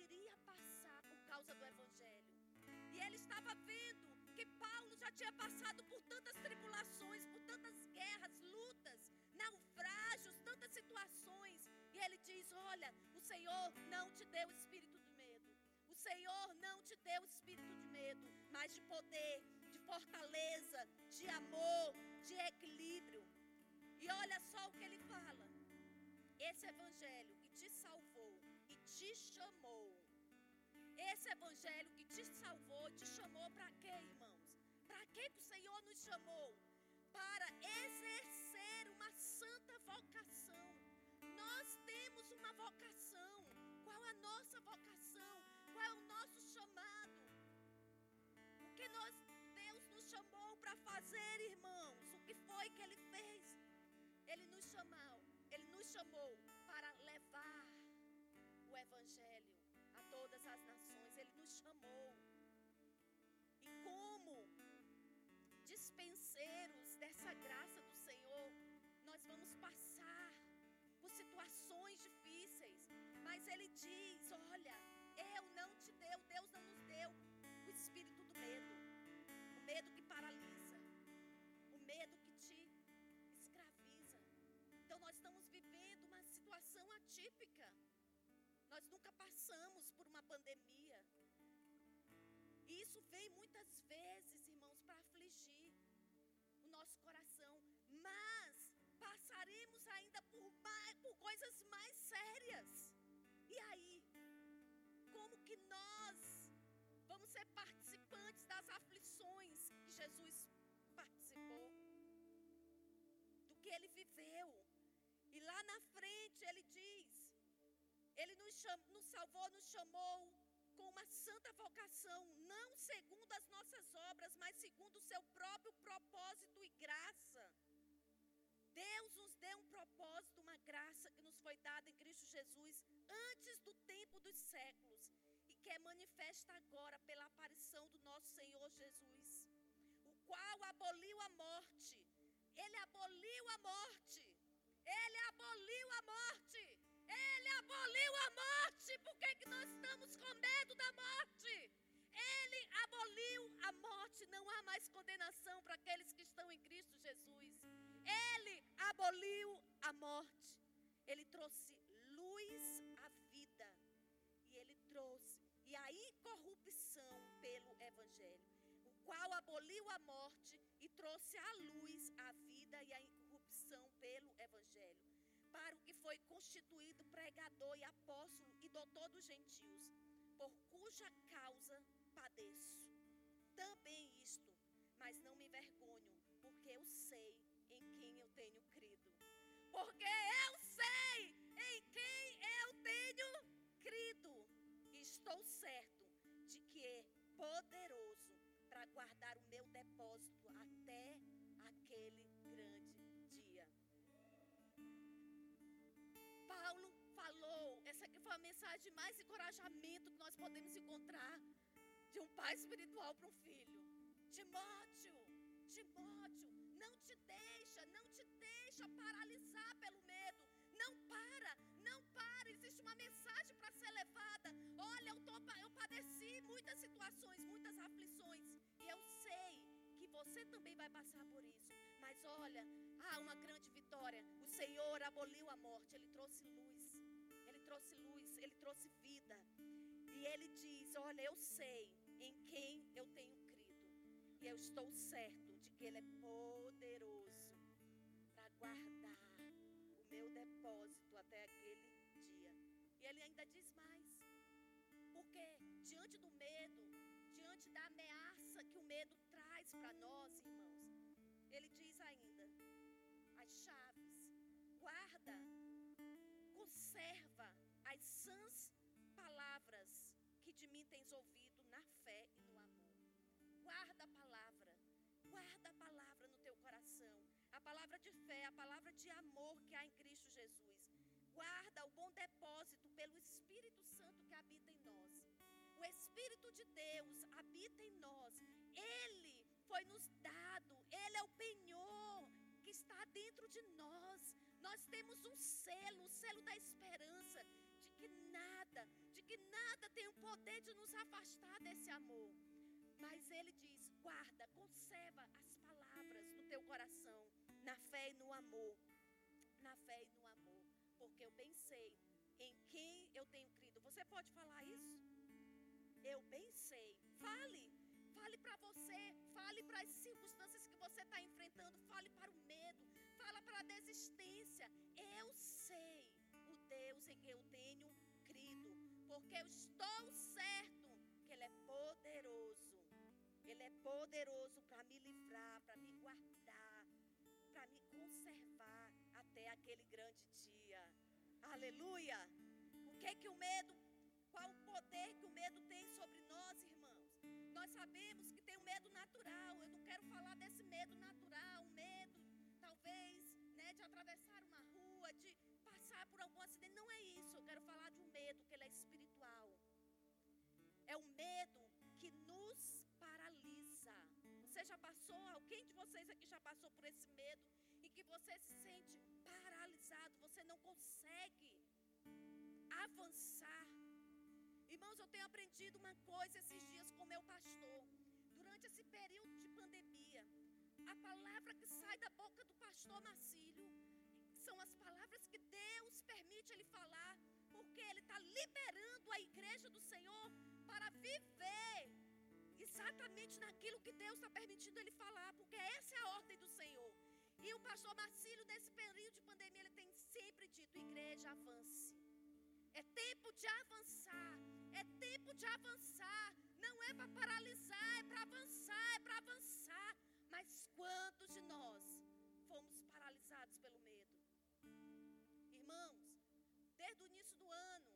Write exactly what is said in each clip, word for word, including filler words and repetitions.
iria passar por causa do evangelho. E ele estava vendo que Paulo já tinha passado por tantas tribulações, por tantas guerras, lutas, naufrágios, tantas situações. E ele diz: olha, o Senhor não te deu espírito de medo. O Senhor não te deu espírito de medo, mas de poder, de fortaleza, de amor, de equilíbrio. E olha só o que ele fala. Esse evangelho que te salvou e te chamou. Esse evangelho que te salvou, te chamou para quê, irmãos? Para quê que o Senhor nos chamou? Para exercer uma santa vocação. Nós temos uma vocação. Qual é a nossa vocação? Qual é o nosso chamado? O que nós, Deus nos chamou para fazer, irmãos? O que foi que Ele fez? Ele nos chamou, Ele nos chamou para levar o evangelho a todas as nações. Ele nos chamou. E como dispenseiros dessa graça do Senhor, nós vamos passar por situações difíceis, mas Ele diz: olha, eu não te deu, Deus não nos deu o espírito do medo, o medo que paralisa, o medo que te escraviza. Então nós estamos vivendo uma situação atípica. Nós nunca passamos por uma pandemia. E isso vem muitas vezes, irmãos, para afligir o nosso coração. Mas passaremos ainda por, mais, por coisas mais sérias. E aí? Como que nós vamos ser participantes das aflições que Jesus participou? Do que Ele viveu. E lá na frente Ele diz: Ele nos, cham, nos salvou, nos chamou com uma santa vocação, não segundo as nossas obras, mas segundo o seu próprio propósito e graça. Deus nos deu um propósito, uma graça que nos foi dada em Cristo Jesus antes do tempo dos séculos e que é manifesta agora pela aparição do nosso Senhor Jesus, o qual aboliu a morte. Ele aboliu a morte. Ele aboliu a morte. Ele aboliu a morte. Por que que nós estamos com medo da morte? Ele aboliu a morte. Não há mais condenação para aqueles que estão em Cristo Jesus. Ele aboliu a morte. Ele trouxe luz à vida. E Ele trouxe e a incorrupção pelo evangelho, o qual aboliu a morte e trouxe à luz a vida e a incorrupção pelo evangelho, para o que foi constituído pregador e apóstolo e doutor dos gentios, por cuja causa padeço também isto, mas não me envergonho, porque eu sei em quem eu tenho crido. Porque eu sei em quem eu tenho crido. E estou certo de que é poderoso para guardar o meu depósito até aquele grande dia. Paulo falou, essa aqui foi a mensagem de mais encorajamento que nós podemos encontrar de um pai espiritual para um filho. Timóteo, Timóteo, não te deixa, não te deixa paralisar pelo medo. Não para, não para. Existe uma mensagem para ser levada. Olha, eu, tô, eu padeci muitas situações, muitas aflições. E eu sei que você também vai passar por isso. Mas olha, há uma grande vitória. O Senhor aboliu a morte. Ele trouxe luz. Ele trouxe luz, Ele trouxe vida. E Ele diz: olha, eu sei em quem eu tenho crido. E eu estou certo de que Ele é poderoso para guardar o meu depósito até aquele dia. E Ele ainda diz mais. Porque diante do medo, diante da ameaça que o medo traz para nós, irmãos, Ele diz ainda: as chaves, guarda, conserva as sãs palavras que de mim tens ouvido na fé e no amor. Guarda a palavra, guarda a palavra no teu coração, a palavra de fé, a palavra de amor que há em Cristo Jesus. Guarda o bom depósito pelo Espírito Santo que habita em nós. O Espírito de Deus habita em nós. Ele foi nos dado, Ele é o penhor que está dentro de nós. Nós temos um selo, o selo da esperança, de que nada, de que nada tem poder de nos afastar desse amor. Mas Ele diz: guarda, conserva as palavras no teu coração, na fé e no amor. Na fé e no amor. Porque eu bem sei em quem eu tenho crido. Você pode falar isso? Eu bem sei. Fale. Fale para você. Fale para as circunstâncias que você está enfrentando. Fale para o medo. Fala para a desistência. Eu sei o Deus em quem eu tenho crido. Porque eu estou certo que Ele é poderoso. Ele é poderoso para me livrar, para me guardar, para me conservar até aquele grande dia. Aleluia! O que é que o medo, qual o poder que o medo tem sobre nós, irmãos? Nós sabemos que tem um medo natural. Eu não quero falar desse medo natural, um medo, talvez, né, de atravessar uma rua, de passar por algum acidente. Não é isso. Eu quero falar de um medo que ele é espiritual. É um medo que nos paralisa. Você já passou, alguém de vocês aqui já passou por esse medo em que você se sente paralisado, você não consegue avançar. Irmãos, eu tenho aprendido uma coisa esses dias com meu pastor. Durante esse período de pandemia, a palavra que sai da boca do pastor Marcílio são as palavras que Deus permite ele falar, porque ele está liberando a igreja do Senhor para viver exatamente naquilo que Deus está permitindo ele falar, porque essa é a ordem do Senhor. E o pastor Marcílio, nesse período de pandemia, ele tem sempre dito: igreja, avance. É tempo de avançar, é tempo de avançar. Não é para paralisar, é para avançar, é para avançar. Mas quantos de nós fomos paralisados pelo medo? Irmãos, desde o início do ano,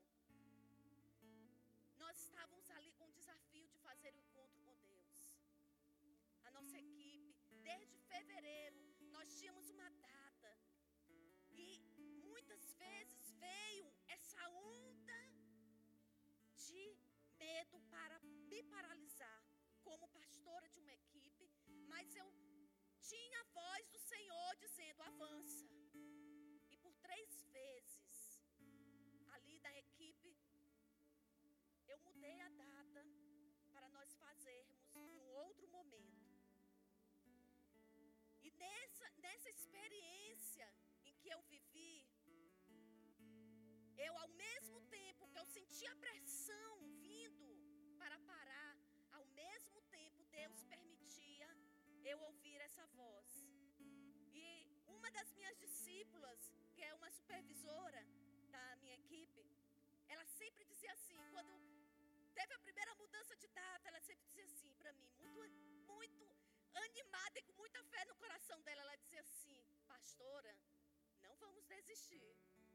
nós estávamos ali com o desafio de fazer o encontro com Deus. A nossa equipe, desde fevereiro, nós tínhamos uma data. E muitas vezes veio essa onda de medo para me paralisar como pastora de uma equipe. Mas eu tinha a voz do Senhor dizendo: avança. E por três vezes, ali da equipe, eu mudei a data para nós fazermos em um outro momento. E nessa, nessa experiência em que eu vivi, eu, ao mesmo tempo que eu sentia pressão vindo para parar, ao mesmo tempo Deus permitia eu ouvir essa voz. E uma das minhas discípulas, que é uma supervisora da minha equipe, ela sempre dizia assim, quando teve a primeira mudança de data, ela sempre dizia assim para mim, muito, muito animada e com muita fé no coração dela, ela dizia assim: pastora, não vamos desistir.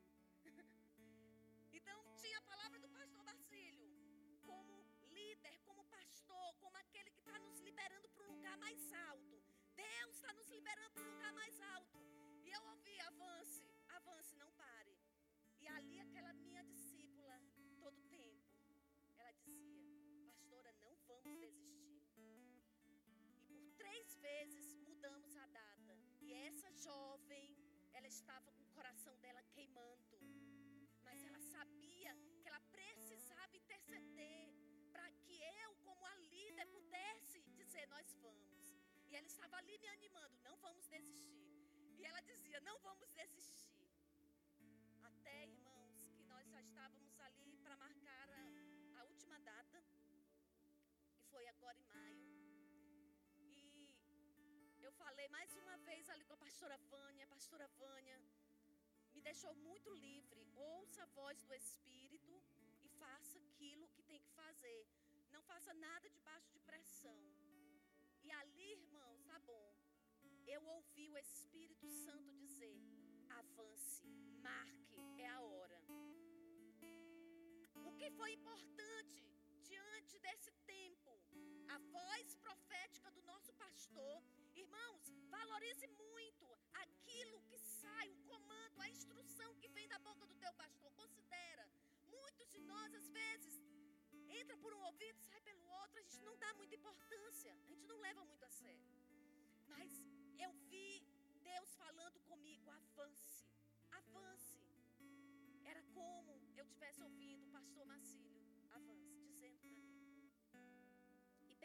Então tinha a palavra do pastor Marcílio, como líder, como pastor, como aquele que está nos liberando para um lugar mais alto. Deus está nos liberando para um lugar mais alto. E eu ouvi: avance, avance, não pare. E ali aquela minha discípula, todo tempo, ela dizia: pastora, não vamos desistir. E por três vezes mudamos a data. E essa jovem, ela estava com o coração dela queimando. Mas ela sabia que ela precisava interceder para que eu, como a líder, pudesse dizer: nós vamos. E ela estava ali me animando: não vamos desistir. E ela dizia: não vamos desistir. Até, irmãos, que nós já estávamos ali para marcar a, a última data, que foi agora em maio. E eu falei mais uma vez ali com a pastora Vânia. A pastora Vânia me deixou muito livre. Ouça a voz do Espírito e faça aquilo que tem que fazer. Não faça nada debaixo de pressão. E ali, irmãos, tá bom, eu ouvi o Espírito Santo dizer: avance, marque, é a hora. O que foi importante diante desse tempo? A voz profética do nosso pastor. Irmãos, valorize muito aquilo que sai, o comando, a instrução que vem da boca do teu pastor. Considera. Muitos de nós, às vezes, entra por um ouvido, sai pelo outro. A gente não dá muita importância, a gente não leva muito a sério. Mas eu vi Deus falando comigo: avance, avance. Era como eu estivesse ouvindo o pastor Marcílio: avance, dizendo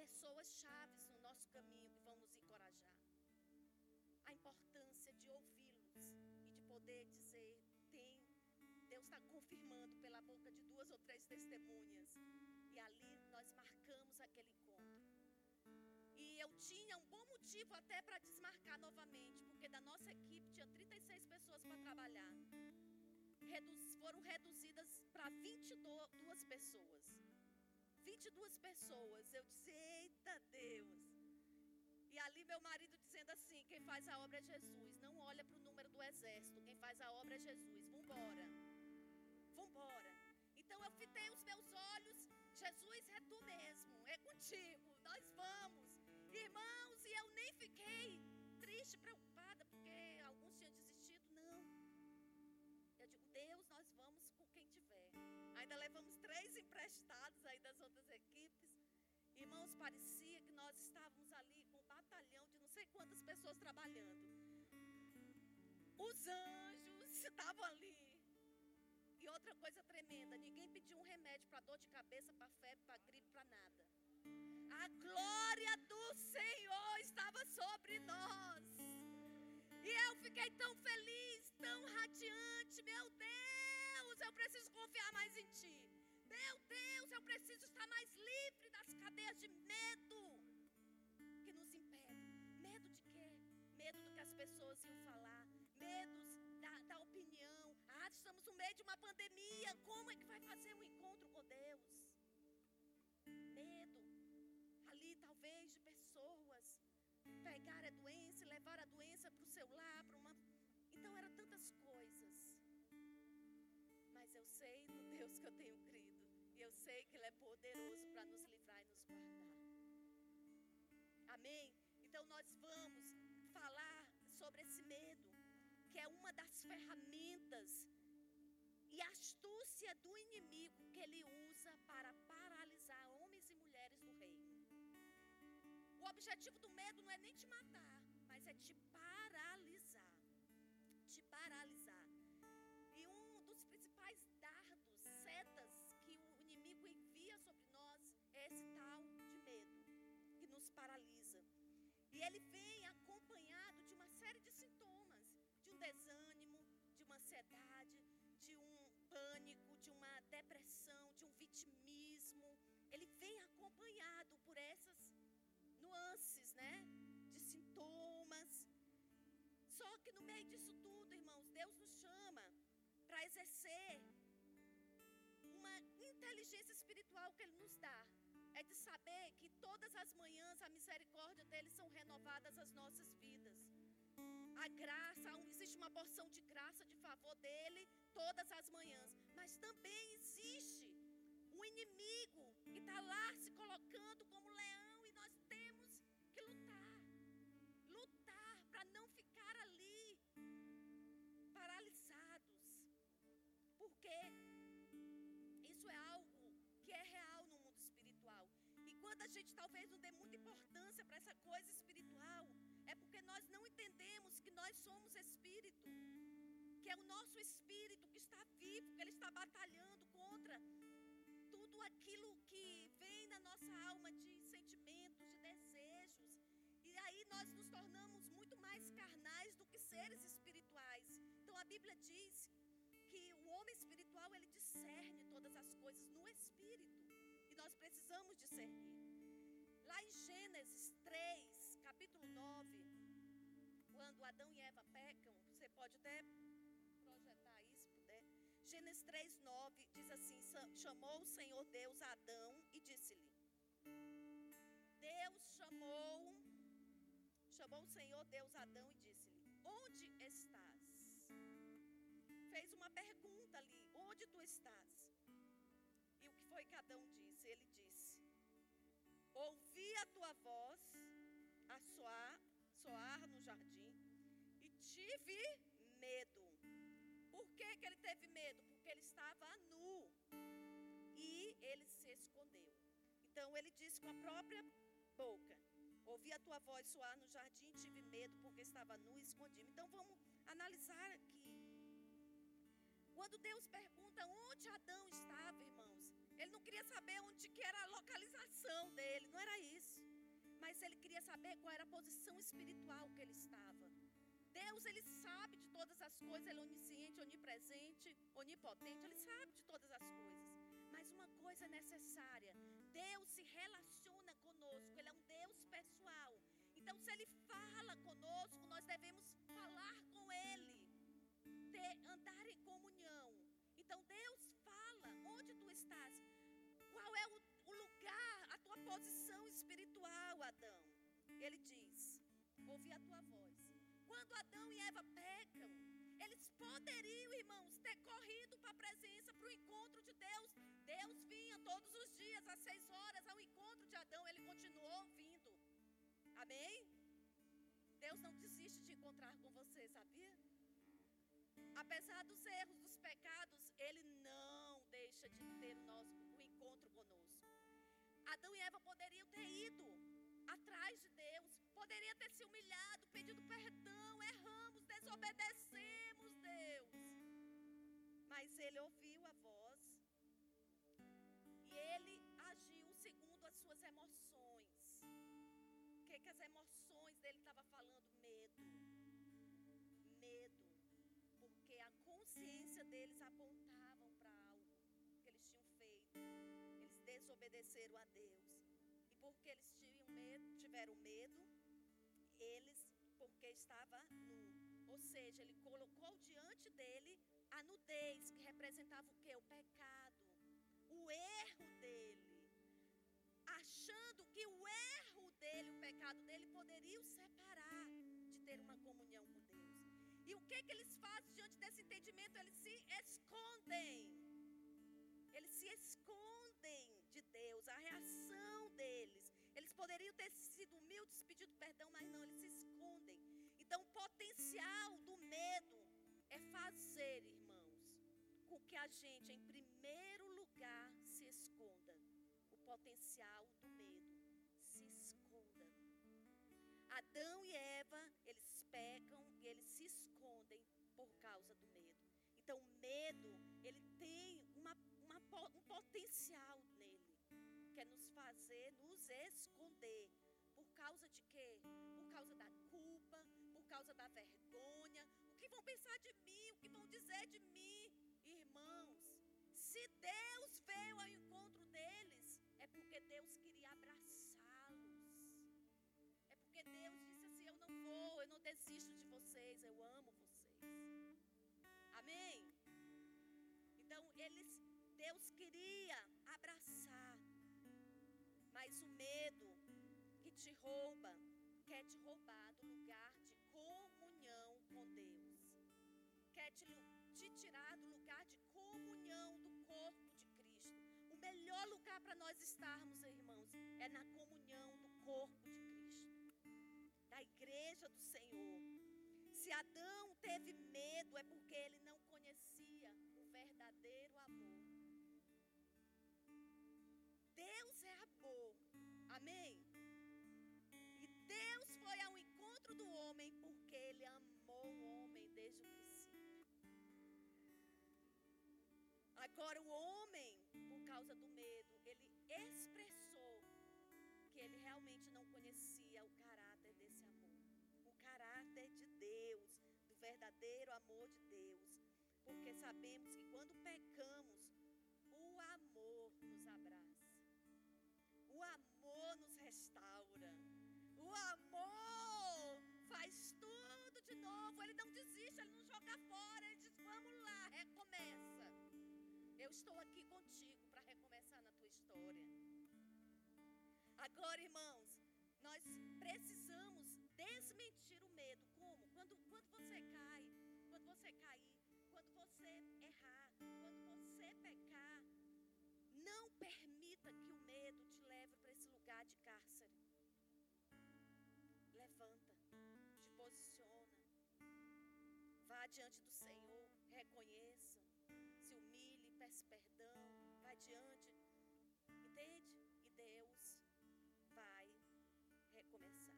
pessoas chaves no nosso caminho que vão nos encorajar. A importância de ouvi-los e de poder dizer, tem, Deus está confirmando pela boca de duas ou três testemunhas. E ali nós marcamos aquele encontro. E eu tinha um bom motivo até para desmarcar novamente, porque da nossa equipe tinha trinta e seis pessoas para trabalhar. Reduz, foram reduzidas para vinte e duas pessoas. vinte e duas pessoas. Eu disse, eita Deus. E ali meu marido dizendo assim, quem faz a obra é Jesus. Não olha para o número do exército. Quem faz a obra é Jesus. Vambora. Vambora. Então eu fitei os meus olhos. Jesus, é tu mesmo. É contigo. Nós vamos. Irmãos, e eu nem fiquei triste, preocupada, porque alguns tinham desistido. Não. Eu digo, Deus, nós vamos com quem tiver. Ainda levamos três emprestados aí das outras equipes. Irmãos, parecia que nós estávamos ali com um batalhão de não sei quantas pessoas trabalhando. Os anjos estavam ali. E outra coisa tremenda, ninguém pediu um remédio para dor de cabeça, para febre, para gripe, para nada. A glória do Senhor estava sobre nós. E eu fiquei tão feliz, tão radiante. Meu Deus, eu preciso confiar mais em Ti. Meu Deus, eu preciso estar mais livre das cadeias de medo que nos impedem. Medo de quê? Medo do que as pessoas iam falar. Medos da, da opinião. Ah, estamos no meio de uma pandemia. Como é que vai fazer um encontro com Deus? Medo. Ali talvez de pessoas pegar a doença e levar a doença para o seu lar, para uma... Então eram tantas coisas. Mas eu sei no Deus que eu tenho crido. E eu sei que Ele é poderoso para nos livrar e nos guardar. Amém? Então nós vamos falar sobre esse medo, que é uma das ferramentas e astúcia do inimigo que ele usa para paralisar homens e mulheres do reino. O objetivo do medo não é nem te matar, mas é te paralisar. Te paralisar. E um dos principais dardos, setas que o inimigo envia sobre nós é esse tal de medo, que nos paralisa. E ele vem acompanhado de uma série de sintomas, de um desânimo, de uma ansiedade, de um pânico, de uma depressão, de um vitimismo. Ele vem acompanhado por essas nuances, né, de sintomas. Só que no meio disso tudo, irmãos, Deus nos chama para exercer uma inteligência espiritual que Ele nos dá. É de saber que todas as manhãs a misericórdia dEle são renovadas as nossas vidas. A graça, existe uma porção de graça, de favor dEle todas as manhãs. Mas também existe um inimigo que está lá se colocando como leão e nós temos que lutar. Lutar para não ficar ali paralisados. Porque isso é algo que é real no mundo espiritual. E quando a gente talvez não dê muita importância para essa coisa espiritual, é porque nós não entendemos que nós somos espírito. Que é o nosso espírito que está vivo, que ele está batalhando contra tudo aquilo que vem na nossa alma de sentimentos, de desejos. E aí nós nos tornamos muito mais carnais do que seres espirituais. Então a Bíblia diz que o homem espiritual, ele discerne todas as coisas no espírito. E nós precisamos discernir. Lá em Gênesis três, capítulo nove, quando Adão e Eva pecam, você pode até projetar isso, se puder. Gênesis três, nove, diz assim: chamou o Senhor Deus a Adão e disse-lhe. Deus chamou, chamou o Senhor Deus a Adão e disse-lhe: onde estás? Fez uma pergunta ali: onde tu estás? E o que foi que Adão disse? Ele disse: ouvi a tua voz a soar, soar no jardim e tive medo. Por que que ele teve medo? Porque ele estava nu e ele se escondeu. Então ele disse com a própria boca: ouvi a tua voz soar no jardim, tive medo porque estava nu e escondido. Então vamos analisar aqui. Quando Deus pergunta onde Adão estava, irmãos, ele não queria saber onde que era a localização dele, não era isso. mas ele queria saber qual era a posição espiritual que ele estava. Deus, ele sabe de todas as coisas, ele é onisciente, onipresente, onipotente, ele sabe de todas as coisas. Mas uma coisa é necessária: Deus se relaciona conosco, ele é um Deus pessoal. Então, se ele fala conosco, nós devemos falar com ele, ter, andar em comunhão. Então, Deus fala: onde tu estás? Qual é o, o lugar, a tua posição espiritual, Adão? Ele diz: ouvi a tua voz. Quando Adão e Eva pecam, eles poderiam, irmãos, ter corrido para a presença, para o encontro de Deus. Deus vinha todos os dias, às seis horas, ao encontro de Adão. Ele continuou vindo. Amém? Deus não desiste de encontrar com você, sabia? Apesar dos erros, dos pecados, Ele não deixa de ter o nosso, o encontro conosco. Adão e Eva poderiam ter ido atrás de Deus, poderia ter se humilhado, pedido perdão, erramos, desobedecemos Deus. Mas ele ouviu a voz e ele agiu segundo as suas emoções. O que, que as emoções dele estavam falando? Medo. Medo. Porque a consciência deles apontavam para algo que eles tinham feito. Eles desobedeceram a Deus. Porque eles tinham medo, tiveram medo, eles, porque estava nu. Ou seja, ele colocou diante dele a nudez, que representava o quê? O pecado, o erro dele. Achando que o erro dele, o pecado dele, poderia o separar de ter uma comunhão com Deus. E o que, que eles fazem diante desse entendimento? Eles se escondem. Eles se escondem de Deus, a reação deles. Eles poderiam ter sido humildes, pedido perdão, mas não, eles se escondem. Então, o potencial do medo é fazer, irmãos, com que a gente, em primeiro lugar, se esconda. O potencial do medo, se esconda. Adão e Eva, eles pecam e eles se escondem por causa do medo. Então, o medo, ele tem uma, uma, um potencial nele, que é nos fazer, nos esconder. Por causa de quê? Por causa da culpa, por causa da vergonha. O que vão pensar de mim? O que vão dizer de mim? Irmãos, se Deus veio ao encontro deles, é porque Deus queria abraçá-los. É porque Deus disse assim: eu não vou, eu não desisto de vocês, eu amo vocês. Amém? Então, eles, Deus queria abraçar. Mas o medo que te rouba, quer te roubar do lugar de comunhão com Deus. Quer te, te tirar do lugar de comunhão do corpo de Cristo. O melhor lugar para nós estarmos, irmãos, é na comunhão do corpo de Cristo, da igreja do Senhor. Se Adão teve medo, é porque ele não conhecia o verdadeiro amor. Deus é amor, amém? E Deus foi ao encontro do homem porque ele amou o homem desde o princípio. Agora o homem, por causa do medo, ele expressou que ele realmente não conhecia o caráter desse amor, o caráter de Deus, do verdadeiro amor de Deus. Porque sabemos que quando pecamos, o amor nos abraça. O amor nos restaura. O amor faz tudo de novo. Ele não desiste, ele não joga fora. Ele diz: vamos lá, recomeça. Eu estou aqui contigo para recomeçar na tua história. Agora, irmãos, nós precisamos desmentir o medo. Como? Quando, quando você cai, quando você cair, quando você errar, quando você pecar, não permita que o medo te leve para esse lugar de cárcere. Levanta, te posiciona, vá diante do Senhor, reconheça, se humilhe, peça perdão, vá diante, entende? E Deus vai recomeçar.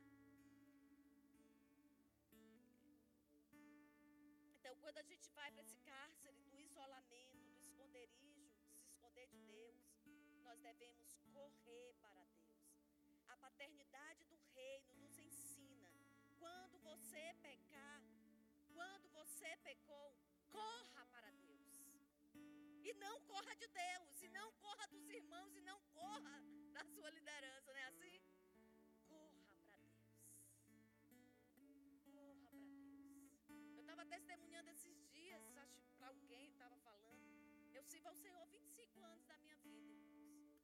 Então, quando a gente vai para esse cárcere do isolamento, do esconderijo, de se esconder de Deus, nós devemos correr para Deus. a paternidade do reino nos ensina: quando você pecar, quando você pecou, corra para Deus. E não corra de Deus, e não corra dos irmãos, e não corra da sua liderança, não é assim? Corra para Deus. Corra para Deus. Eu estava testemunhando esses dias, acho que para alguém estava falando. Eu sirvo ao Senhor vinte e cinco anos da minha vida, irmãos.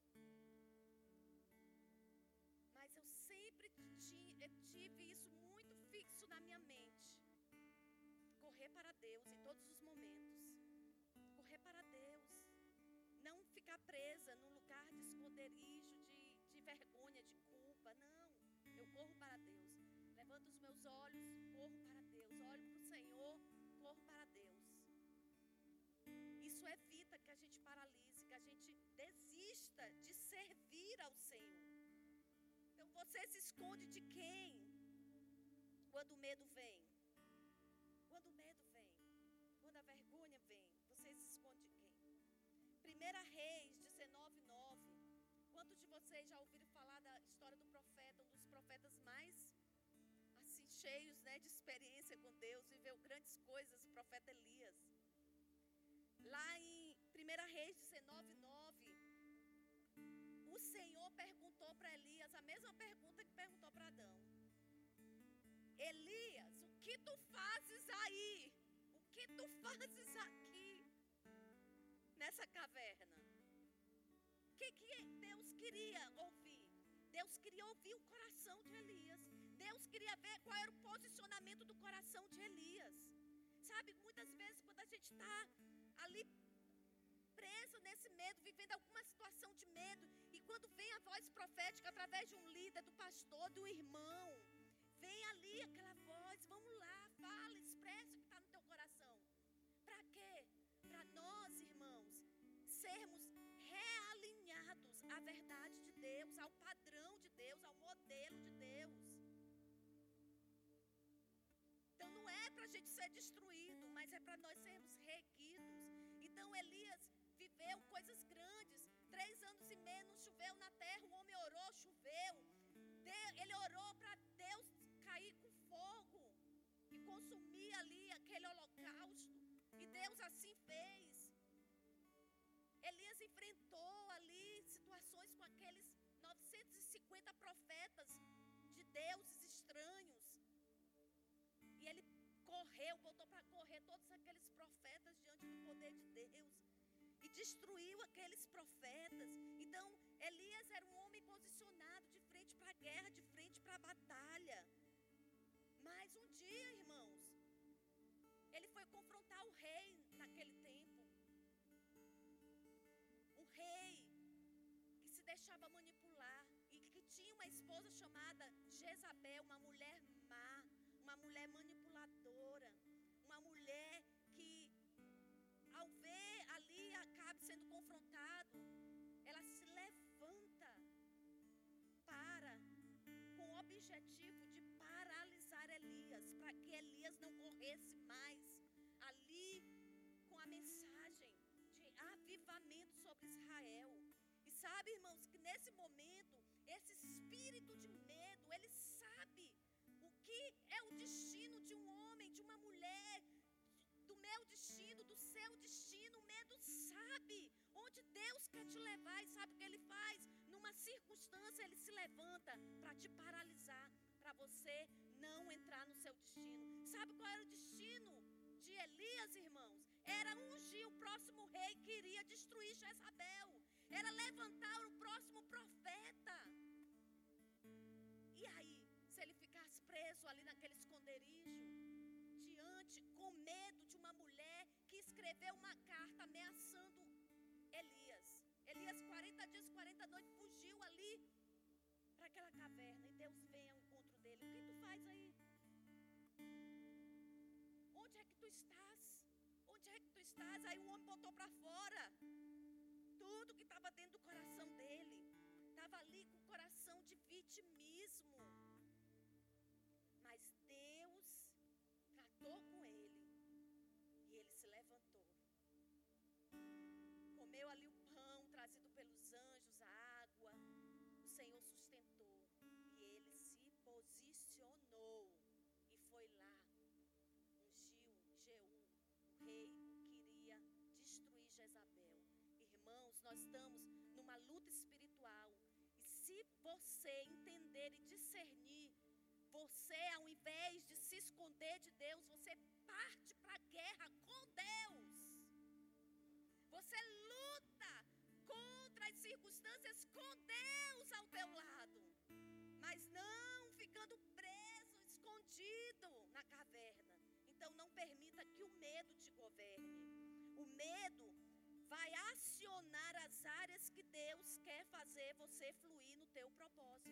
Mas eu sempre tive isso muito fixo na minha mente. Correr para Deus em todos os momentos. Correr para Deus. Não ficar presa num lugar de esconderijo, de, de vergonha, de culpa. Não. Eu corro para Deus. Levanto os meus olhos, corro para Deus. Olho para o Senhor, corro para Deus. Isso evita que a gente paralise, que a gente desista de servir ao Senhor. Então você se esconde de quem? Quando o medo vem. Quando o medo vem. Quando a vergonha vem. Você se esconde de quem? primeira Reis dezenove, nove. Quantos de vocês já ouviram falar da história do profeta? Um dos profetas mais assim, cheios, né, de experiência com Deus. Viveu grandes coisas, o profeta Elias. Lá em primeira Reis dezenove, nove, o Senhor perguntou para Elias a mesma pergunta que perguntou para Adão: Elias, o que tu fazes aí? O que tu fazes aqui, nessa caverna? O que, que Deus queria ouvir? Deus queria ouvir o coração de Elias. Deus queria ver qual era o posicionamento do coração de Elias. Sabe, muitas vezes quando a gente está ali preso nesse medo, vivendo alguma situação de medo, e quando vem a voz profética através de um líder, do pastor, do irmão, vem ali aquela voz: vamos lá, fala, expressa o que está no teu coração. Para quê? Para nós, irmãos, sermos realinhados à verdade de Deus, ao padrão de Deus, ao modelo de Deus. Então não é para a gente ser destruído, mas é para nós sermos reerguidos. Então Elias viveu coisas grandes. Três anos e meio não choveu na terra. O homem orou, choveu. Ele orou para Deus cair com fogo e consumir ali aquele holocausto. E Deus assim fez. Elias enfrentou ali situações com aqueles novecentos e cinquenta profetas de deuses estranhos. E ele correu, botou para correr todos aqueles profetas diante do poder de Deus. E destruiu aqueles profetas. Então, Elias era um homem posicionado de frente para a guerra, de frente para a batalha. Mas um dia, irmãos, ele foi confrontar o rei naquele tempo. Um rei que se deixava manipular e que tinha uma esposa chamada Jezabel, uma mulher má, uma mulher manipuladora, uma mulher que, ao ver ali Acabe sendo confrontado, ela se levanta para, com o objetivo de paralisar Elias, para que Elias não corresse mais ali com a mensagem de avivamento sobre Israel. E sabe, irmãos, que nesse momento, esse espírito de medo, ele sabe o que é o destino de um homem, de uma mulher, do meu destino, do seu destino. O medo sabe onde Deus quer te levar e sabe o que ele faz. Numa circunstância, ele se levanta para te paralisar, para você não entrar no seu destino. Sabe qual era o destino de Elias, irmãos? Era ungir o próximo rei que iria destruir Jezabel. Era levantar o próximo profeta. E aí, se ele ficasse preso ali naquele esconderijo, diante, com medo de uma mulher que escreveu uma carta ameaçando Elias. Elias, quarenta dias, quarenta noites, fugiu ali para aquela caverna. E Deus vem ao encontro dele. O que tu faz aí? Onde é que tu estás? Onde é que tu estás? Aí o homem botou para fora tudo que estava dentro do coração dele. Estava ali com o coração de vitimismo. Mas Deus tratou com ele. E ele se levantou. Comeu ali o pão trazido pelos anjos, a água. O Senhor sustentou. Jezabel. Irmãos, nós estamos numa luta espiritual. E se você entender e discernir, você, ao invés de se esconder de Deus, você parte para a guerra com Deus. Você luta contra as circunstâncias com Deus ao teu lado, mas não ficando preso, escondido na caverna. Então não permita que o medo te governe. O medo vai acionar as áreas que Deus quer fazer você fluir no teu propósito.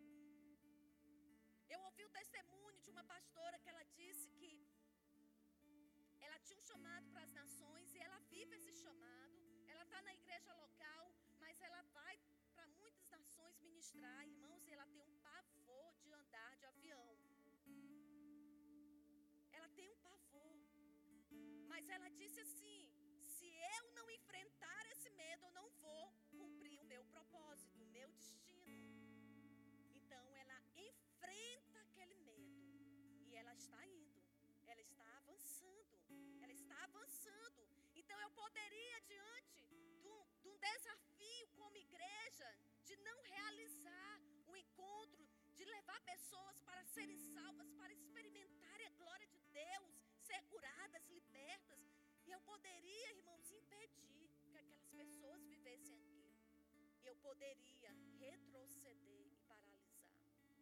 Eu ouvi o testemunho de uma pastora que ela disse que ela tinha um chamado para as nações e ela vive esse chamado. Ela está na igreja local, mas ela vai para muitas nações ministrar, irmãos, e ela tem um pavor de andar de avião. Ela tem um pavor. Mas ela disse assim: se eu não enfrentar esse medo, eu não vou cumprir o meu propósito, o meu destino. Então ela enfrenta aquele medo e ela está indo, ela está avançando, ela está avançando. Então eu poderia, diante de um, de um desafio como igreja, de não realizar o encontro, de levar pessoas para serem salvas, para experimentarem a glória de Deus, ser curadas, libertas. E eu poderia, irmãos, impedir que aquelas pessoas vivessem aquilo. Eu poderia retroceder e paralisar.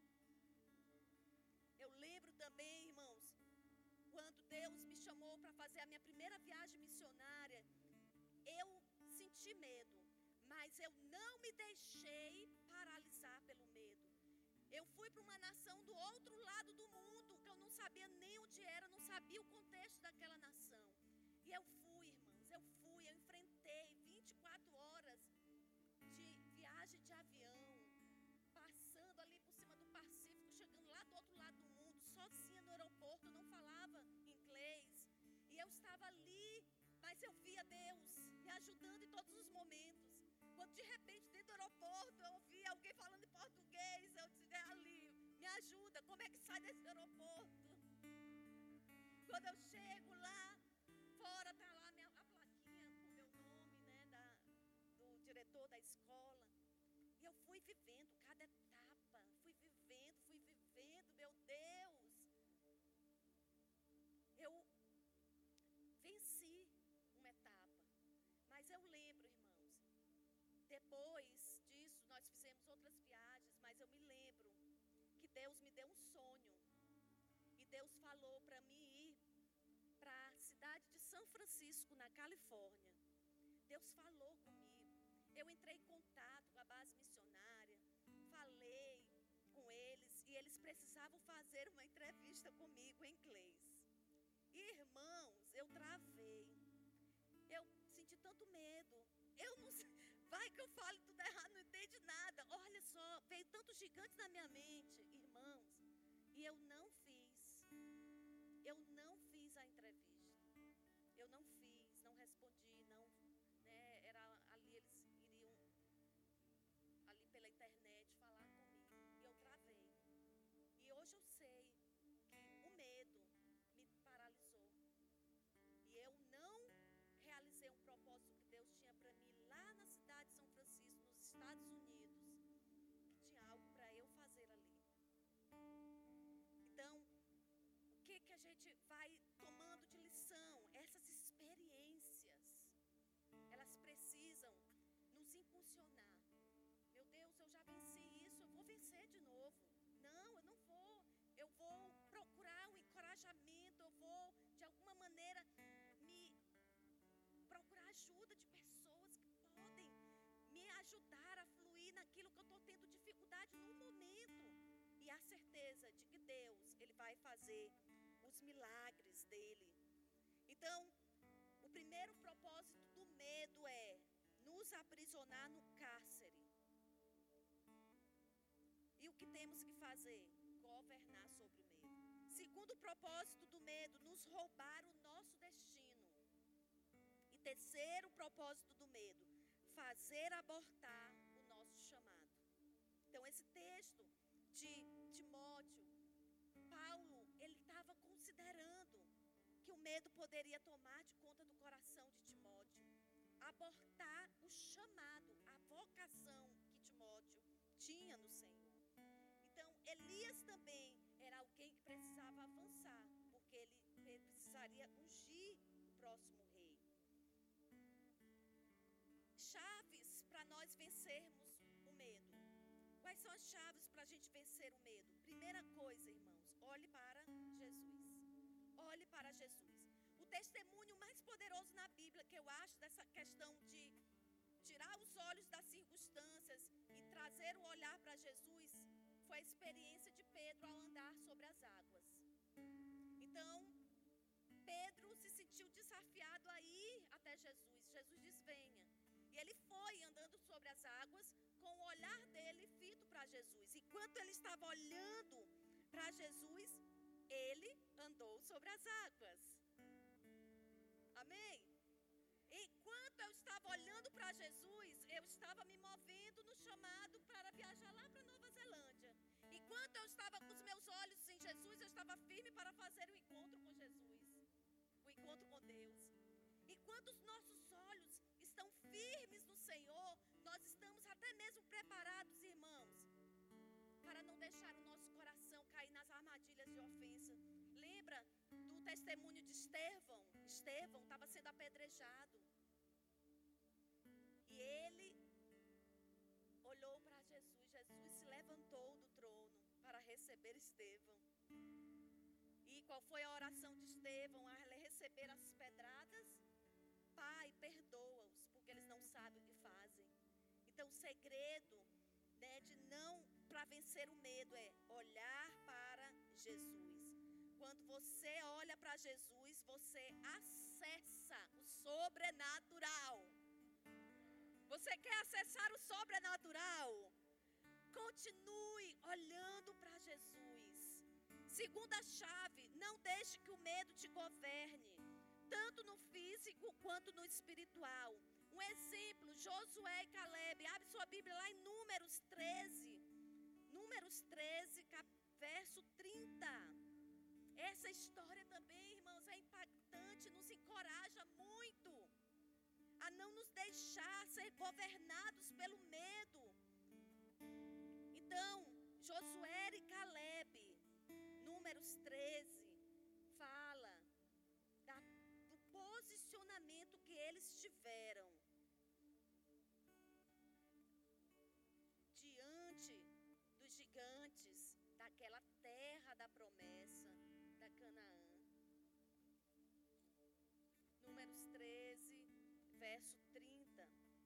Eu lembro também, irmãos, quando Deus me chamou para fazer a minha primeira viagem missionária, eu senti medo, mas eu não me deixei paralisar pelo medo. Eu fui para uma nação do outro lado do mundo, que eu não sabia nem onde era, não sabia o contexto daquela nação. E eu fui, irmãos, eu fui, eu enfrentei vinte e quatro horas de viagem de avião, passando ali por cima do Pacífico, chegando lá do outro lado do mundo, sozinha no aeroporto, eu não falava inglês. E eu estava ali, mas eu via Deus me ajudando em todos os momentos. Quando de repente, dentro do aeroporto, eu ouvi alguém falando em português, eu disse: é ali, me ajuda, como é que sai desse aeroporto? Quando eu chego lá, fora está lá minha, a plaquinha com o meu nome, né, da, do diretor da escola. E eu fui vivendo cada etapa, fui vivendo, fui vivendo, meu Deus. Eu venci uma etapa, mas eu lembro, irmãos, depois disso nós fizemos outras viagens, mas eu me lembro que Deus me deu um sonho. E Deus falou para mim ir para a cidade de São Francisco, na Califórnia. Deus falou comigo. Eu entrei em contato com a base missionária, falei com eles e eles precisavam fazer uma entrevista comigo em inglês. Irmãos, eu travei. Eu senti tanto medo. Eu não sei, vai que eu falo tudo errado, não entendi nada. Olha só, veio tantos gigantes na minha mente, irmãos, e eu não fiz. Eu não fiz a entrevista. Eu não fiz, não respondi, não, né, era ali, eles iriam ali pela internet falar comigo. E eu travei. E hoje eu sei que o medo me paralisou. E eu não realizei um propósito que Deus tinha para mim lá na cidade de São Francisco, nos Estados Unidos, que tinha algo para eu fazer ali. Então, o que que a gente vai tomando de lição? Essas experiências, elas precisam nos impulsionar. Meu Deus, eu já venci isso, eu vou vencer de novo. Não, eu não vou. Eu vou procurar um encorajamento, eu vou, de alguma maneira, me procurar ajuda de pessoas que podem me ajudar a fluir naquilo que eu estou tendo dificuldade no momento. E a certeza de que Deus, Ele vai fazer os milagres dEle. Então, o primeiro propósito do medo é nos aprisionar no cárcere. E o que temos que fazer? Governar sobre o medo. Segundo propósito do medo, nos roubar o nosso destino. E terceiro propósito do medo, fazer abortar o nosso chamado. Então esse texto de Timóteo, Paulo, ele estava considerando que o medo poderia tomar de conta do coração de Timóteo. abortar o chamado, a vocação que Timóteo tinha no Senhor. Então, Elias também era alguém que precisava avançar, porque ele precisaria ungir o próximo rei. Chaves para nós vencermos o medo. Quais são as chaves para a gente vencer o medo? Primeira coisa, irmãos, olhe para Jesus. Olhe para Jesus. O testemunho mais poderoso na Bíblia que eu acho dessa questão de tirar os olhos das circunstâncias e trazer o olhar para Jesus foi a experiência de Pedro ao andar sobre as águas. Então, Pedro se sentiu desafiado a ir até Jesus. Jesus disse: venha. E ele foi andando sobre as águas com o olhar dele fito para Jesus. Enquanto ele estava olhando para Jesus, ele andou sobre as águas. Amém? Enquanto eu estava olhando para Jesus, eu estava me movendo no chamado para viajar lá para Nova Zelândia. Enquanto eu estava com os meus olhos em Jesus, eu estava firme para fazer o encontro com Jesus, o encontro com Deus. Enquanto os nossos olhos estão firmes no Senhor, nós estamos até mesmo preparados, irmãos, para não deixar o nosso coração cair nas armadilhas de ofensa. Lembra do testemunho de Estevão? Estevão estava sendo apedrejado. E ele olhou para Jesus. Jesus se levantou do trono para receber Estevão. E qual foi a oração de Estevão ao receber as pedradas? Pai, perdoa-os, porque eles não sabem o que fazem. Então, o segredo, né, de não, para vencer o medo, é olhar para Jesus. Quando você olha para Jesus, você acessa o sobrenatural. Você quer acessar o sobrenatural? Continue olhando para Jesus. Segunda chave, não deixe que o medo te governe, tanto no físico quanto no espiritual. Um exemplo, Josué e Caleb. Abre sua Bíblia lá em Números treze. Números treze, verso trinta. Essa história também, irmãos, é impactante, nos encoraja muito a não nos deixar ser governados pelo medo. Então, Josué e Caleb, Números treze, fala da, do posicionamento que eles tiveram diante dos gigantes daquela terra da promessa, da Canaã. Números treze, verso trinta.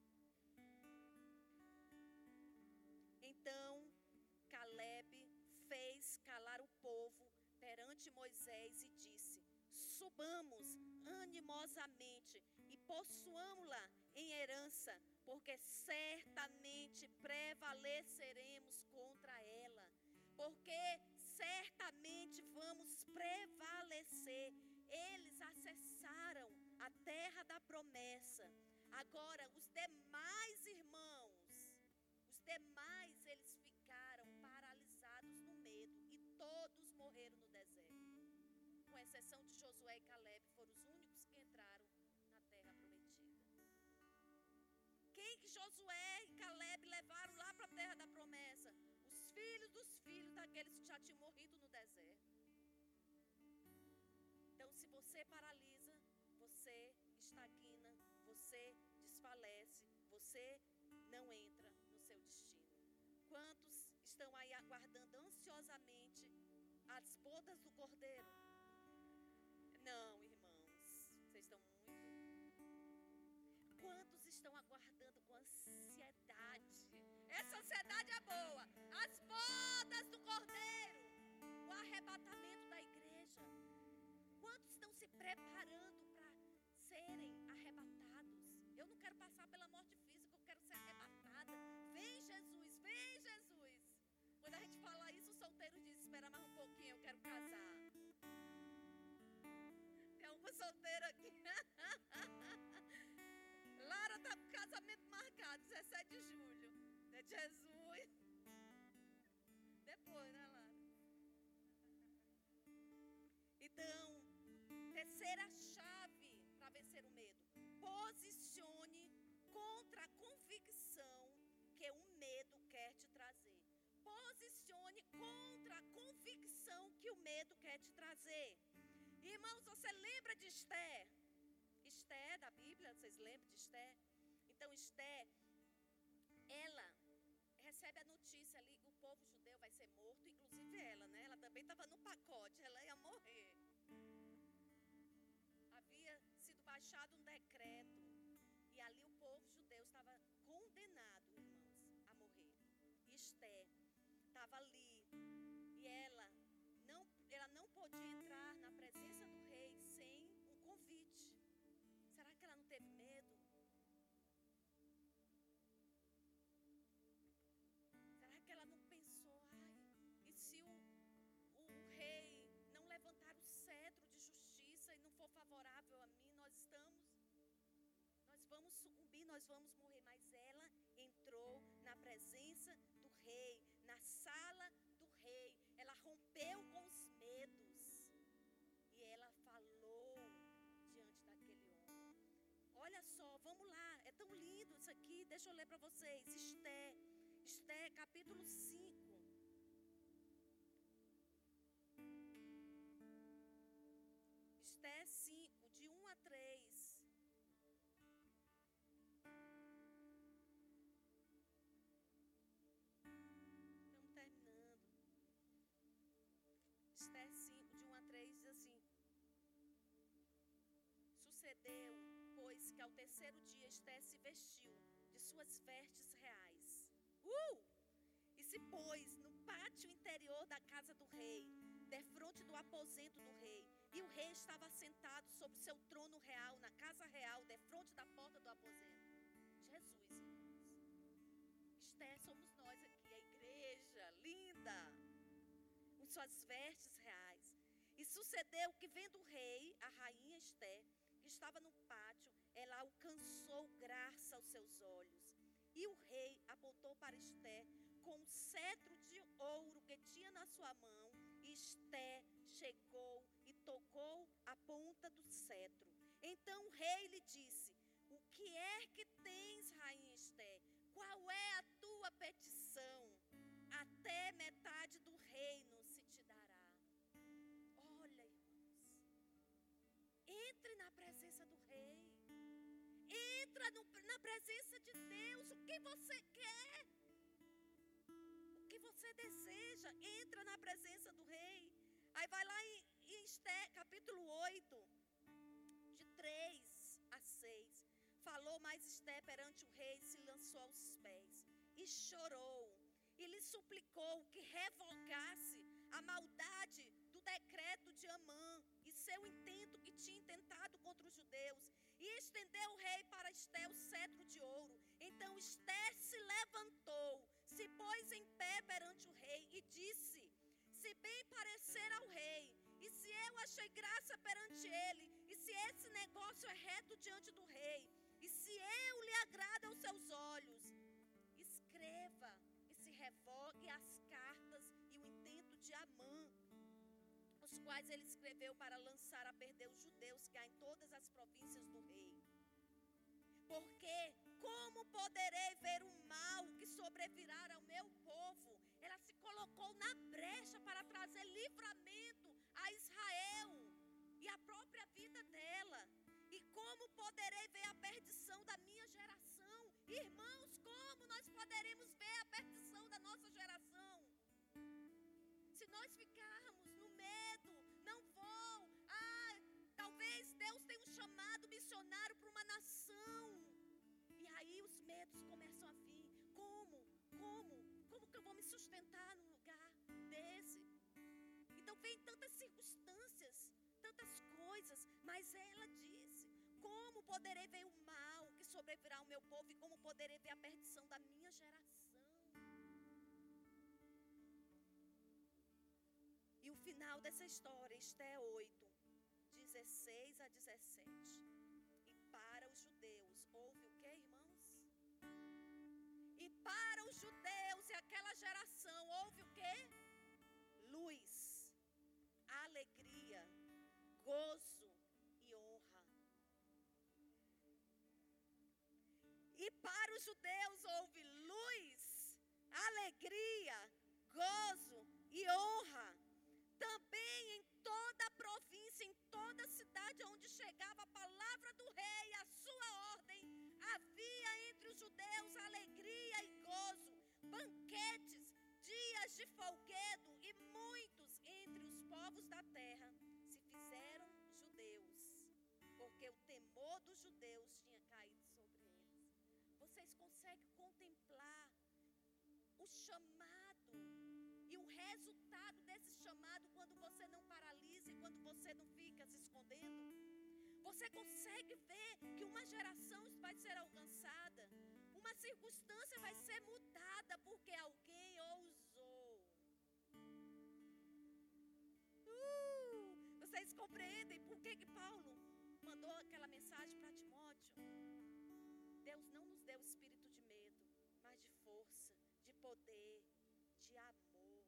Então Caleb fez calar o povo perante Moisés e disse: subamos animosamente e possuamo-la em herança, porque certamente prevaleceremos contra ela. Porque certamente vamos prevalecer. Eles acessaram a terra da promessa. Agora, os demais irmãos, os demais, eles ficaram paralisados no medo e todos morreram no deserto. Com exceção de Josué e Caleb, foram os únicos que entraram na terra prometida. Quem que Josué e Caleb levaram lá para a terra da promessa? Os filhos dos filhos daqueles que já tinham morrido no deserto. Então, se você paralisa, você estagna, você desfalece, você não entra no seu destino. Quantos estão aí aguardando ansiosamente as bodas do Cordeiro? Não, irmãos, vocês estão muito... Quantos estão aguardando com ansiedade? Essa ansiedade é boa. As bodas do Cordeiro, o arrebatamento da igreja. Quantos estão se preparando para serem arrebatados? Eu não quero passar pela morte física, eu quero ser arrebatada. Vem Jesus, vem Jesus. Quando a gente fala isso, o solteiro diz: espera mais um pouquinho, eu quero casar. Tem alguma solteira aqui? Lara está com casamento marcado, dezessete de julho. É Jesus. Depois, né, Lara? Então, terceira chave para vencer o medo: posicione contra a convicção que o medo quer te trazer. Posicione contra a convicção que o medo quer te trazer. Irmãos, você lembra de Esté? Esté da Bíblia, vocês lembram de Esté? Então Esté, ela recebe a notícia ali que o povo judeu vai ser morto, inclusive ela, né? Ela também estava no pacote, ela ia morrer. Havia sido baixado um decreto e ali o povo judeu estava condenado, irmãos, a morrer. E Esté estava ali e ela não, ela não podia entrar na presença do rei sem um convite. Será que ela não teve medo? Será que ela não pensou, ai, e se o, o, o rei não levantar o cetro de justiça e não for favorável a mim, nós estamos, nós vamos sucumbir, nós vamos morrer. Mas ela entrou na presença do rei, na sala do rei, ela rompeu com os medos e ela falou diante daquele homem. Olha só, vamos lá, é tão lindo isso aqui, deixa eu ler para vocês. Esté, Esté capítulo cinco. Esté cinco, de um a três. Estamos terminando. Esté cinco, de um a três, diz assim: sucedeu, pois, que ao terceiro dia Esté se vestiu de suas vestes reais. Uh! E se pôs no pátio interior da casa do rei, defronte do aposento do rei. E o rei estava sentado sobre seu trono real, na casa real, defronte da porta do aposento. Jesus, irmãos. Esté somos nós aqui, a igreja linda, com suas vestes reais. E sucedeu que, vendo o rei, a rainha Esté, que estava no pátio, ela alcançou graça aos seus olhos. E o rei apontou para Esté com um cetro de ouro que tinha na sua mão. E Esté chegou e tocou a ponta do cetro. Então o rei lhe disse: o que é que tens, rainha Esté? Qual é a tua petição? Até metade do reino se te dará. Olha, irmãos, entre na presença do rei. Entra no, na presença de Deus. O que você quer? O que você deseja? Entra na presença do rei. Aí vai lá em, em Esté, capítulo oito, de três a seis. Falou mais Esté perante o rei, se lançou aos pés e chorou. E lhe suplicou que revogasse a maldade do decreto de Amã e seu intento que tinha intentado contra os judeus. E estendeu o rei para Esté o cetro de ouro. Então Esté se levantou, se pôs em pé perante o rei e disse: se bem parecer ao rei, e se eu achei graça perante ele, e se esse negócio é reto diante do rei, e se eu lhe agrado aos seus olhos, escreva e se revogue as cartas e o intento de Amã, os quais ele escreveu para lançar a perder os judeus que há em todas as províncias do rei. Porque como poderei ver o mal que sobrevirá ao meu povo? Ela se colocou na brecha para trazer livramento a Israel e a própria vida dela. E como poderei ver a perdição da minha geração? Irmãos, como nós poderemos ver a perdição da nossa geração? Se nós ficarmos no medo, não vou. Ah, talvez Deus tenha um chamado missionário para uma nação. E aí os medos começam a vir. Como? Como? Como que eu vou me sustentar num lugar desse? Então vem tantas circunstâncias, tantas coisas. Mas ela disse: como poderei ver o mal que sobrevirá ao meu povo? E como poderei ver a perdição da minha geração? E o final dessa história, Esté oito, dezesseis a dezessete. E para os judeus, houve o que, irmãos? E para os judeus e aquela geração, houve o que? Luz, alegria, gozo e honra. E para os judeus houve luz, alegria, gozo e honra. Também em toda a província, em toda a cidade onde chegava a palavra do rei, a sua ordem, havia entre os judeus alegria e gozo, banquetes, dias de folguedo, e muitos entre os povos da terra se fizeram judeus, porque o temor dos judeus tinha caído sobre eles. Vocês conseguem contemplar o chamado e o resultado desse chamado quando você não paralisa e quando você não fica se escondendo? Você consegue ver que uma geração vai ser alcançada, uma circunstância vai ser mudada porque alguém ousou. Uh, vocês compreendem por que que Paulo mandou aquela mensagem para Timóteo? Deus não nos deu espírito de medo, mas de força, de poder, de amor.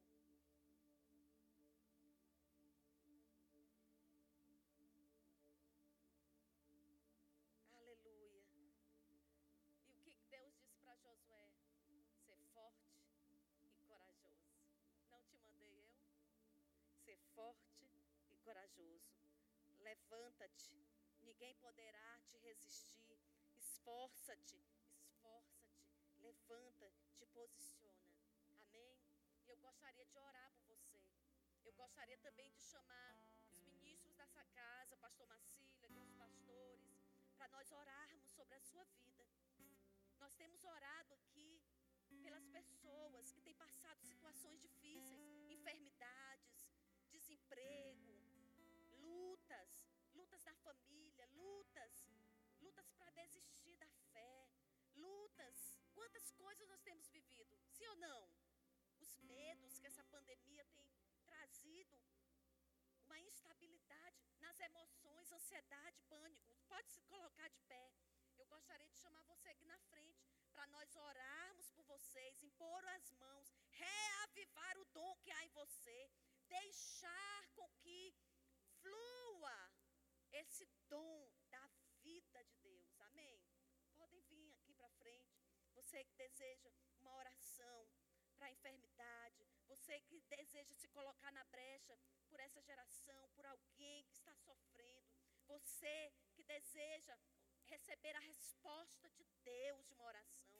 Aleluia. E o que Deus disse para Josué? Ser forte e corajoso. Não te mandei eu? Ser forte e corajoso. Levanta-te, ninguém poderá te resistir. Esforça-te, esforça-te, levanta, te posiciona. Amém? E eu gostaria de orar por você. Eu gostaria também de chamar os ministros dessa casa, pastor Macília, que os pastores, para nós orarmos sobre a sua vida. Nós temos orado aqui pelas pessoas que têm passado situações difíceis, enfermidades, desemprego, lutas, lutas na família, lutas, lutas para desistir da fé, lutas. Quantas coisas nós temos vivido, sim ou não? Os medos que essa pandemia tem trazido, uma instabilidade nas emoções, ansiedade, pânico. Pode se colocar de pé. Eu gostaria de chamar você aqui na frente, para nós orarmos por vocês, impor as mãos, reavivar o dom que há em você, deixar com que flua esse dom da vida de Deus. Amém? Podem vir aqui para frente. Você que deseja uma oração para a enfermidade, você que deseja se colocar na brecha por essa geração, por alguém que está sofrendo, você que deseja receber a resposta de Deus de uma oração,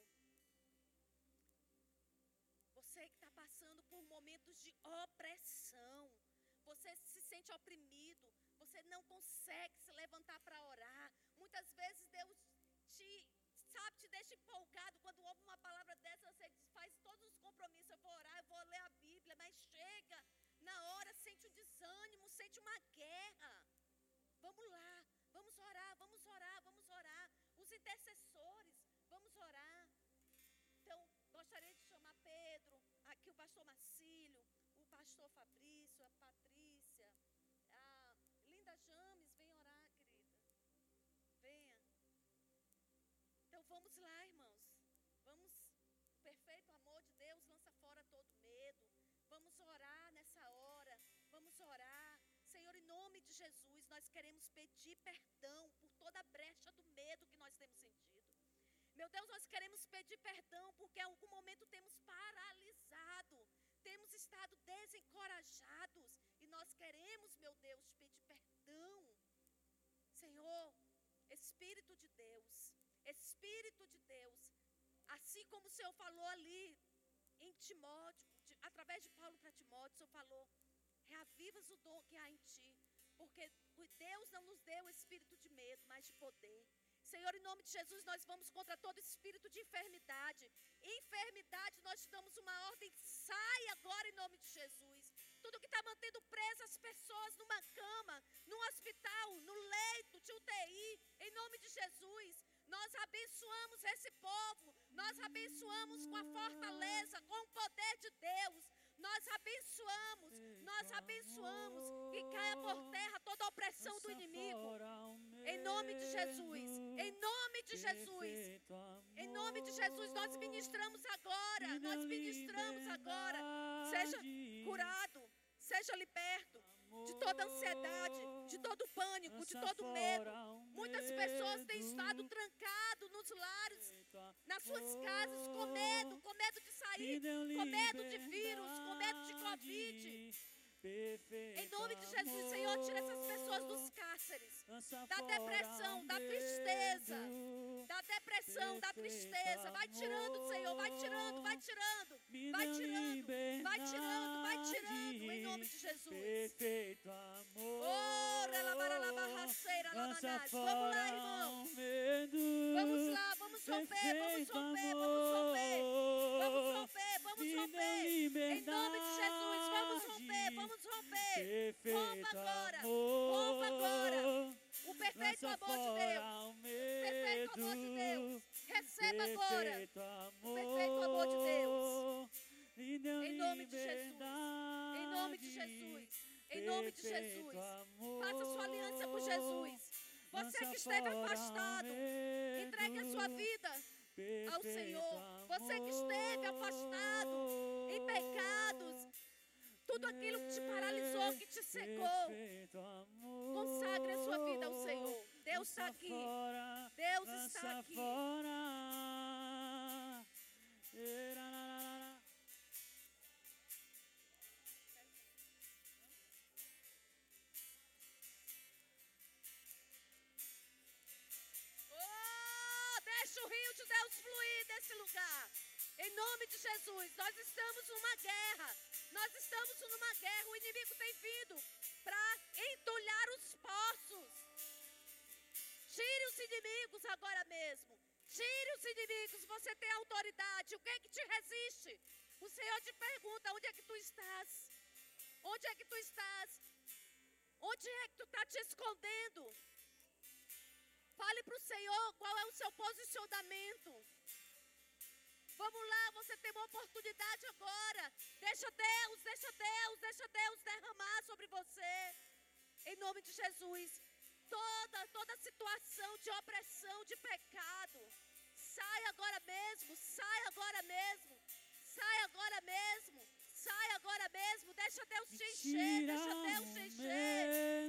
você que está passando por momentos de opressão, você se sente oprimido, você não consegue se levantar para orar. Muitas vezes Deus te, sabe, te deixa empolgado quando ouve uma palavra dessa. Você faz todos os compromissos, eu vou orar, eu vou ler a Bíblia, mas chega na hora, sente o desânimo, sente uma guerra. Vamos lá, vamos orar, vamos orar, vamos orar. Os intercessores, vamos orar. Então, gostaria de chamar Pedro, aqui o pastor Marcílio, o pastor Fabrício, a Patrícia, a Linda James, vem orar, querida. Venha. Então vamos lá, irmãos. Vamos, o perfeito amor de Deus lança fora todo medo. Vamos orar nessa hora. Vamos orar. Senhor, em nome de Jesus, nós queremos pedir perdão por toda a brecha do medo que nós temos sentido. Meu Deus, nós queremos pedir perdão porque em algum momento temos paralisado, temos estado desencorajados. E nós queremos, meu Deus, pedir perdão. Senhor, Espírito de Deus, Espírito de Deus, assim como o Senhor falou ali em Timóteo, de, através de Paulo para Timóteo, o Senhor falou, reavivas o dom que há em ti, porque Deus não nos deu espírito de medo, mas de poder. Senhor, em nome de Jesus, nós vamos contra todo espírito de enfermidade. Enfermidade, nós te damos uma ordem, sai agora em nome de Jesus. Tudo que está mantendo presas as pessoas numa cama, num hospital, no leito de U T I, em nome de Jesus, nós abençoamos esse povo, nós abençoamos com a fortaleza, com o poder de Deus. Nós abençoamos, nós abençoamos que caia por terra toda a opressão do inimigo. Em nome de Jesus, em nome de Jesus, em nome de Jesus, nós ministramos agora, nós ministramos agora. Seja curado, seja liberto de toda ansiedade, de todo pânico, de todo medo. Muitas pessoas têm estado trancadas nos lares nas suas casas, com medo, com medo de sair, com medo de vírus, com medo de Covid. Em nome de Jesus, Senhor, tira essas pessoas dos cárceres, da depressão, da tristeza, da depressão, da tristeza. Vai tirando, Senhor, vai tirando, vai tirando, vai tirando, vai tirando, vai tirando, em nome de Jesus. Perfeito amor. Vamos lá, irmão. Vamos lá, vamos romper, vamos romper, vamos romper. Vamos romper, vamos romper. Em nome de Jesus, vamos romper, vamos romper. Rompa agora, rompa agora. O perfeito amor de Deus. O perfeito amor de Deus. Receba agora. O perfeito amor de Deus. Em nome de Jesus. Em nome de Jesus. Em nome de Jesus. Faça sua aliança com Jesus. Você que esteve afastado, entregue a sua vida ao Senhor. Você que esteve afastado em pecados, tudo aquilo que te paralisou, que te secou, consagre a sua vida ao Senhor. Deus está aqui. Deus está aqui. Oh, deixa o rio de Deus fluir desse lugar. Em nome de Jesus, nós estamos numa guerra. Nós estamos numa guerra. O inimigo tem vindo para entulhar os poços. Tire os inimigos agora mesmo. Tire os inimigos. Você tem autoridade. O que é que te resiste? O Senhor te pergunta: onde é que tu estás? Onde é que tu estás? Onde é que tu está te escondendo? Fale para o Senhor qual é o seu posicionamento. Vamos lá, você tem uma oportunidade agora. Deixa Deus, deixa Deus, deixa Deus derramar sobre você. Em nome de Jesus. Toda, toda situação de opressão, de pecado, sai agora mesmo, sai agora mesmo, sai agora mesmo, sai agora mesmo. Deixa Deus te encher, deixa Deus te encher.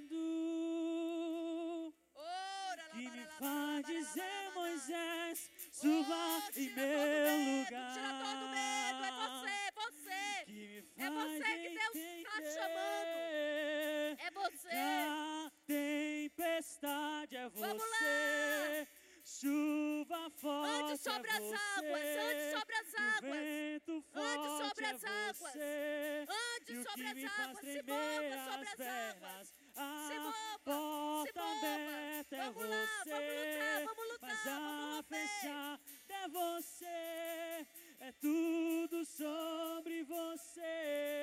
Que me faz dizer, Moisés, suba Oh, em tira meu todo medo, lugar. tira todo medo. É você, é você. Que me É você faz que Deus está entender chamando. É você. que a tempestade é Vamos você. Chuva forte Ande sobre é as você. águas, ande sobre as E o águas. vento Ande forte sobre é as águas. você. Ande E o sobre que as me faz águas, se tremer mova sobre as as águas. pernas. A Se mova, porta se mova. aberta é Vamos lá, você. vamos lutar, vamos lutar, Mas vamos a romper. fechar é você. É tudo sobre você.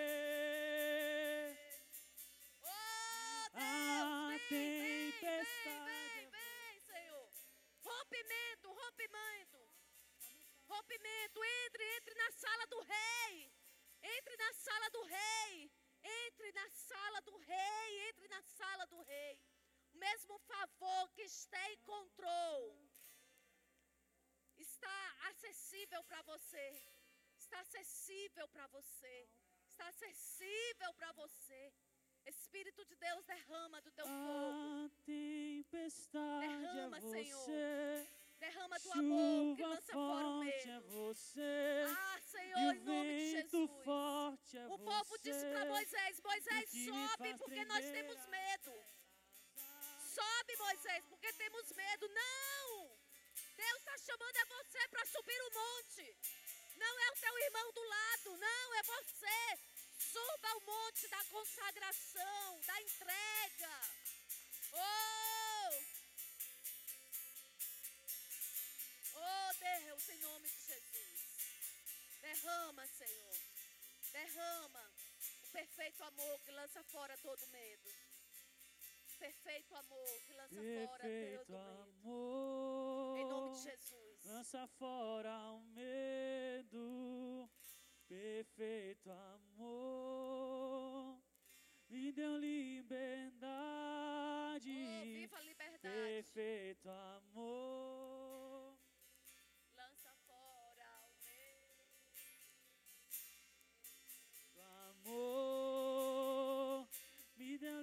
Oh, A Deus, vem, vem, vem, tempestade vem, vem, Senhor. Rompimento, rompimento. Rompimento, entre, entre na sala do rei. Entre na sala do rei. Entre na sala do rei, entre na sala do rei. O mesmo favor que Esté encontrou está acessível para você. Está acessível para você. Está acessível para você. Espírito de Deus, derrama do teu fogo. A tempestade Derrama, é você. Senhor. Derrama do amor que Chuva lança fora o forte é medo. você. Ah, E Senhor, o em nome de vento Jesus. forte é O você. povo disse para Moisés: Moisés, E que me sobe faz porque nós tremer temos medo. Sobe, Moisés, porque temos medo. Não! Deus está chamando é você para subir o monte. Não é o teu irmão do lado, não, é você. Suba o monte da consagração, da entrega. Oh! Oh, Deus, em nome de Jesus. Derrama, Senhor. Derrama o perfeito amor que lança fora todo medo. Perfeito amor que lança fora Perfeito todo medo. amor. Em nome de Jesus. Lança fora o medo. Perfeito amor. Me deu liberdade. Oh, viva a liberdade. Perfeito amor. Lança fora o medo. Amor. Me deu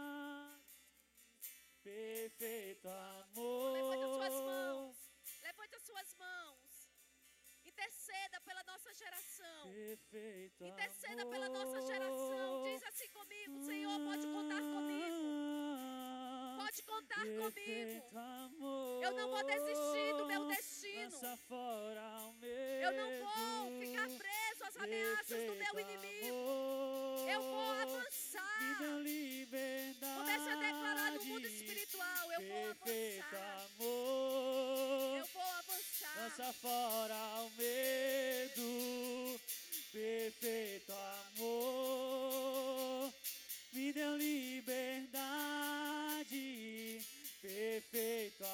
liberdade. Perfeito amor. Levante as suas mãos. Levante geração. Perfeito Interceda pela nossa geração. Diz assim comigo: Senhor, pode contar comigo. Pode contar comigo. Amor, Eu não vou desistir do meu destino. lança fora o medo. Eu não vou ficar preso às ameaças do meu inimigo. Amor, Eu vou avançar. me deu liberdade. Comece a declarar no mundo espiritual: eu vou Perfeito avançar. amor, Eu vou avançar. lança fora o medo. Perfeito amor, me deu liberdade. Perfeito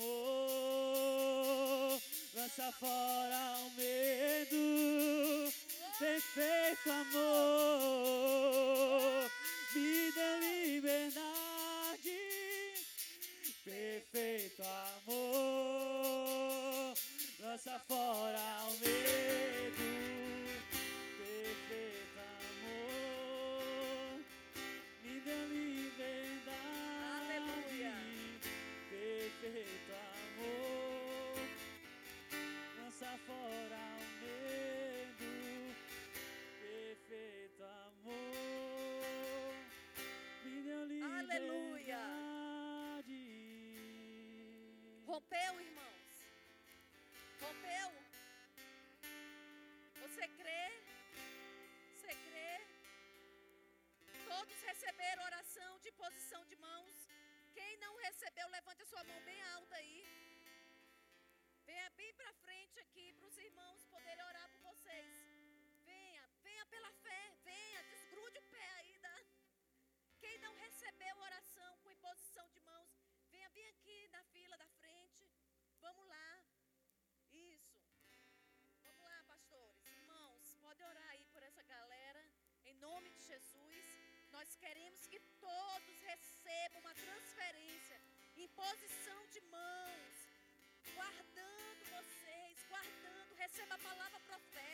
amor, lança fora o medo. Perfeito amor, me deu liberdade. Perfeito amor, lança fora o medo. Perfeito amor, me deu liberdade. Aleluia. Perfeito amor, lança fora o medo. Perfeito amor, me deu liberdade. Aleluia. Rompeu, irmãos? Rompeu? Você crê? Você crê? Todos receberam oração de posição de mãos? Quem não recebeu, levante a sua mão bem alta aí. Venha bem para frente aqui para os irmãos poderem orar por vocês. Venha, venha pela fé, venha, desgrude o pé aí. Da... Quem não recebeu oração com imposição de mãos, venha bem aqui na fila da frente. Vamos lá. Isso. Vamos lá, pastores. Irmãos, pode orar aí por essa galera. Em nome de Jesus, nós queremos que todos recebam uma transferência, imposição de mãos, guardando vocês, guardando, receba a palavra profética.